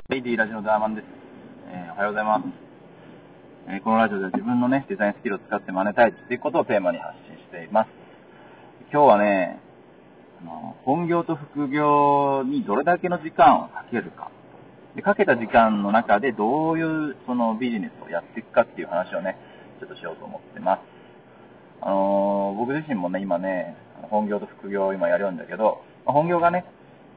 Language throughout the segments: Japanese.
レイディラジオダーマンです。おはようございます。このラジオでは自分のね、デザインスキルを使ってマネタイズしていくことをテーマに発信しています。今日はね、本業と副業にどれだけの時間をかけるか。で、かけた時間の中でどういうそのビジネスをやっていくかっていう話をね、ちょっとしようと思ってます。僕自身もね、今ね、本業と副業を今やるんだけど、本業がね、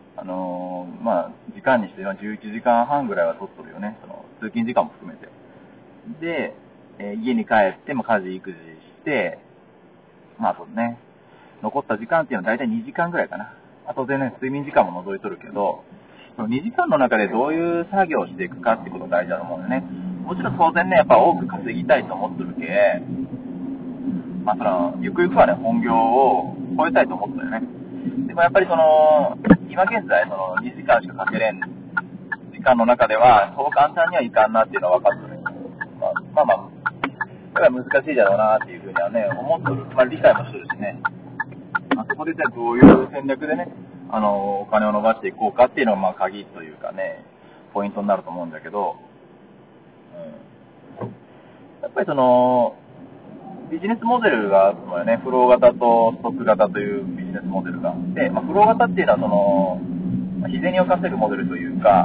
時間にして11時間半ぐらいは取っとるよね。その通勤時間も含めて。で、家に帰って、家事育児して、あとね、残った時間っていうのは大体2時間ぐらいかな。あとでね、睡眠時間も除いとるけど、その2時間の中でどういう作業をしていくかってことが大事だと思うんだよね。もちろん当然ね、やっぱ多く稼ぎたいと思ってるけ、ゆくゆくはね、本業を超えたいと思ったよね。でもやっぱり今現在2時間しかかけれん時間の中では、そう簡単にはいかんなっていうのは分かってる。これは難しいだろうなっていうふうにはね、思ってる。理解もするしね。そこでじゃあどういう戦略でね、お金を伸ばしていこうかっていうのが鍵というかね、ポイントになると思うんだけど、やっぱりビジネスモデルがあるのよね。フロー型とストック型というビジネスモデルがあって、フロー型っていうのは日銭を稼ぐモデルというか、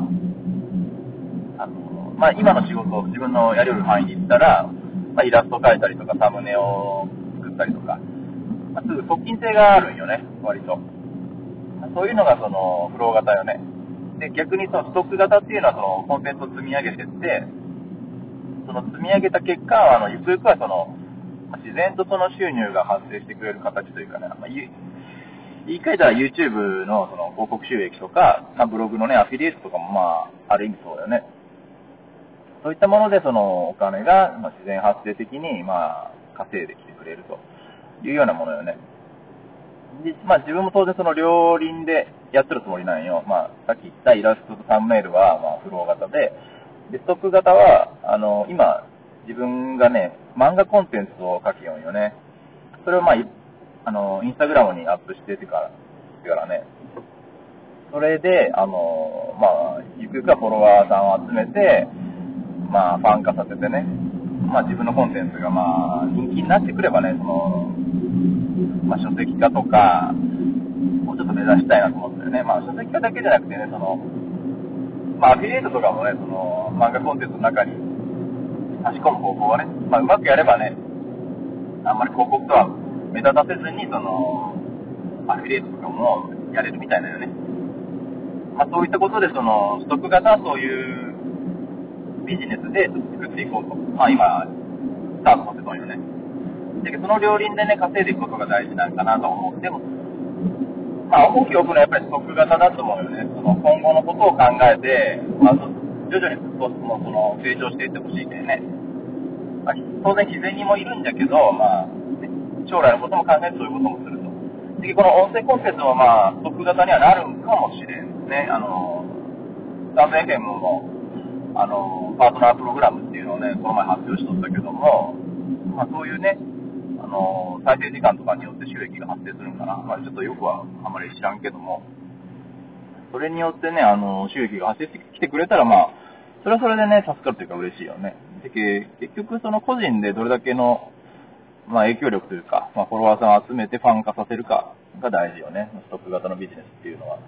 今の仕事を自分のやれる範囲に行ったら、イラスト描いたりとかサムネを作ったりとか、すぐ側近性があるんよね、割と。そういうのがフロー型よね。で、逆にストック型っていうのはコンテンツを積み上げていって、その積み上げた結果は、ゆくゆくは自然とその収入が発生してくれる形というかね、言い換えたら YouTube の広告収益とか、ブログのね、アフィリエイトとかもある意味そうだよね。そういったものでお金が自然発生的に稼いできてくれるというようなものよね。で、自分も当然両輪でやってるつもりなんよ。さっき言ったイラストとサムネイルはフロー型で、ストック型は今自分がね、漫画コンテンツを書きよんよね。それをインスタグラムにアップしててからね。それで、ゆくゆくはフォロワーさんを集めて、ファン化させてね、自分のコンテンツが人気になってくればね、書籍化とか、もうちょっと目指したいなと思ってるね。書籍化だけじゃなくてね、アフィリエイトとかもね、漫画コンテンツの中に差し込む方法はね、うまくやればね、あんまり広告とは目立たせずに、アフィリエイトとかもやれるみたいなよね。そういったことで、ストック型はそういうビジネスで作っていこうと。今、スタートさせたんよね。で、その両輪でね、稼いでいくことが大事なんかなと思う。でも、重きを置くのはやっぱりストック型だと思うよね。今後のことを考えて、徐々に成長していってほしいけどね。当然、日銭もいるんだけど、将来のことも考えてそういうこともすると。で、この音声コンテンツもストック型にはなるかもしれんね。スタンドFMも、パートナープログラムっていうのをね、この前発表しとったけども、そういうね、再生時間とかによって収益が発生するんかな。ちょっとよくはあんまり知らんけども、それによってね、収益が発生してきてくれたら、それはそれでね、助かるというか嬉しいよね。で、結局個人でどれだけの、影響力というか、フォロワーさんを集めてファン化させるかが大事よね。ストック型のビジネスっていうのは。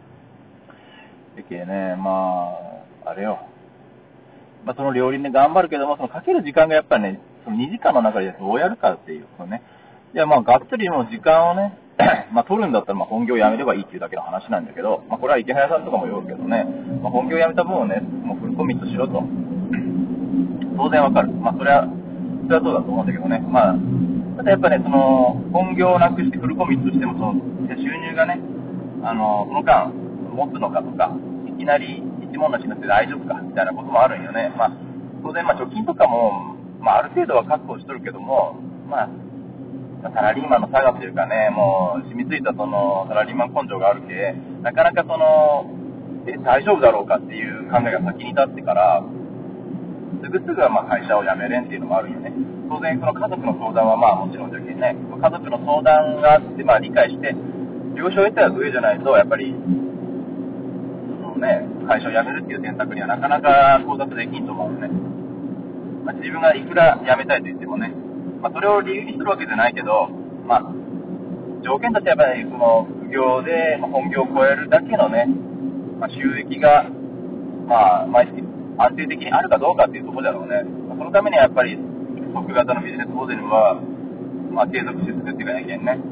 でね、あれよ。その両輪で頑張るけども、かける時間がやっぱりね、2時間の中でどうやるかっていうことね。いや、がっつりもう時間をね、取るんだったら本業を辞めればいいっていうだけの話なんだけど、これは池早さんとかも言うけどね、本業を辞めた分をね、もうフルコミットしろと。当然わかる。それはそうだと思うんだけどね。ただやっぱね、本業をなくしてフルコミットしても、収入がね、その間持つのかとか、いきなり一文無しになって大丈夫かみたいなこともあるんよね。当然貯金とかも、ある程度は確保しとるけども、サラリーマンの差がというかね、もう染みついたサラリーマン根性があるけ、なかなか大丈夫だろうかっていう考えが先に立ってから、すぐは会社を辞めれんっていうのもあるよね。当然家族の相談はもちろんだけどね、家族の相談があって理解して了承を得た上じゃないとやっぱりね、会社を辞めるっていう選択にはなかなか到達できんと思うのね。自分がいくら辞めたいと言ってもね、それを理由にするわけじゃないけど、条件としてやっぱりその副業で本業を超えるだけのね、収益が、毎月安定的にあるかどうかっていうところだろうね。そのためにはやっぱり特型のビジネスモデルは、継続して作っていかなきゃいけないね。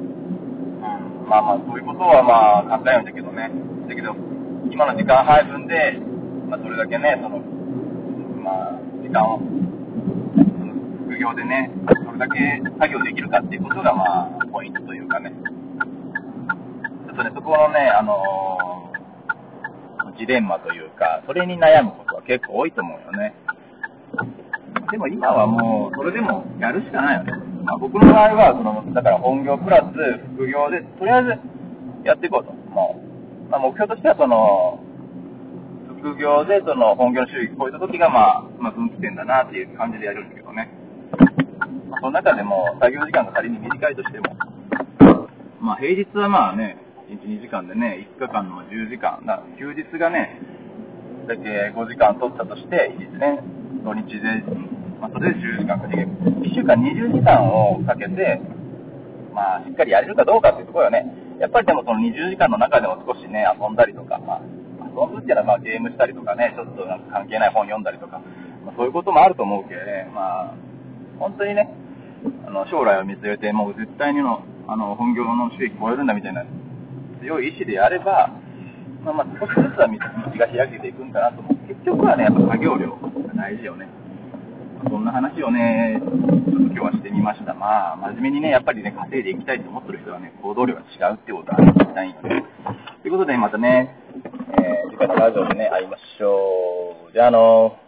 そういうことは簡単なんだけどね。だけど、今の時間配分で、それだけね、時間を、副業でね、それだけ作業できるかっていうことが、ポイントというかね。ちょっとね、そこのね、ジレンマというか、それに悩むことは結構多いと思うよね。でも今はもう、それでもやるしかないよね。僕の場合は、だから本業プラス副業で、とりあえずやっていこうと。目標としては、副業で本業の収益を超えた時が、分岐点だなっていう感じでやるんだけどね。その中でも、作業時間が仮に短いとしても、平日は1日2時間でね、5日間の10時間、休日がね、だけ5時間取ったとして、いいですね、土日で、それで10時間かける。1週間20時間をかけて、しっかりやれるかどうかっていうところはね、やっぱりでもその20時間の中でも少しね、遊んだりとか、遊ぶっていうのはゲームしたりとかね、ちょっと関係ない本読んだりとか、そういうこともあると思うけどね、本当にね、将来を見据えて、もう絶対に本業の収益超えるんだみたいな強い意志でやれば、少しずつは道が開けていくんだなと思う。結局はね、やっぱ作業量が大事よね。そんな話をね、ちょっと今日はしてみました。真面目にね、やっぱりね、稼いでいきたいと思ってる人はね、行動量が違うってことは絶対に。ということで、またね、次回のラジオでね、会いましょう。じゃあ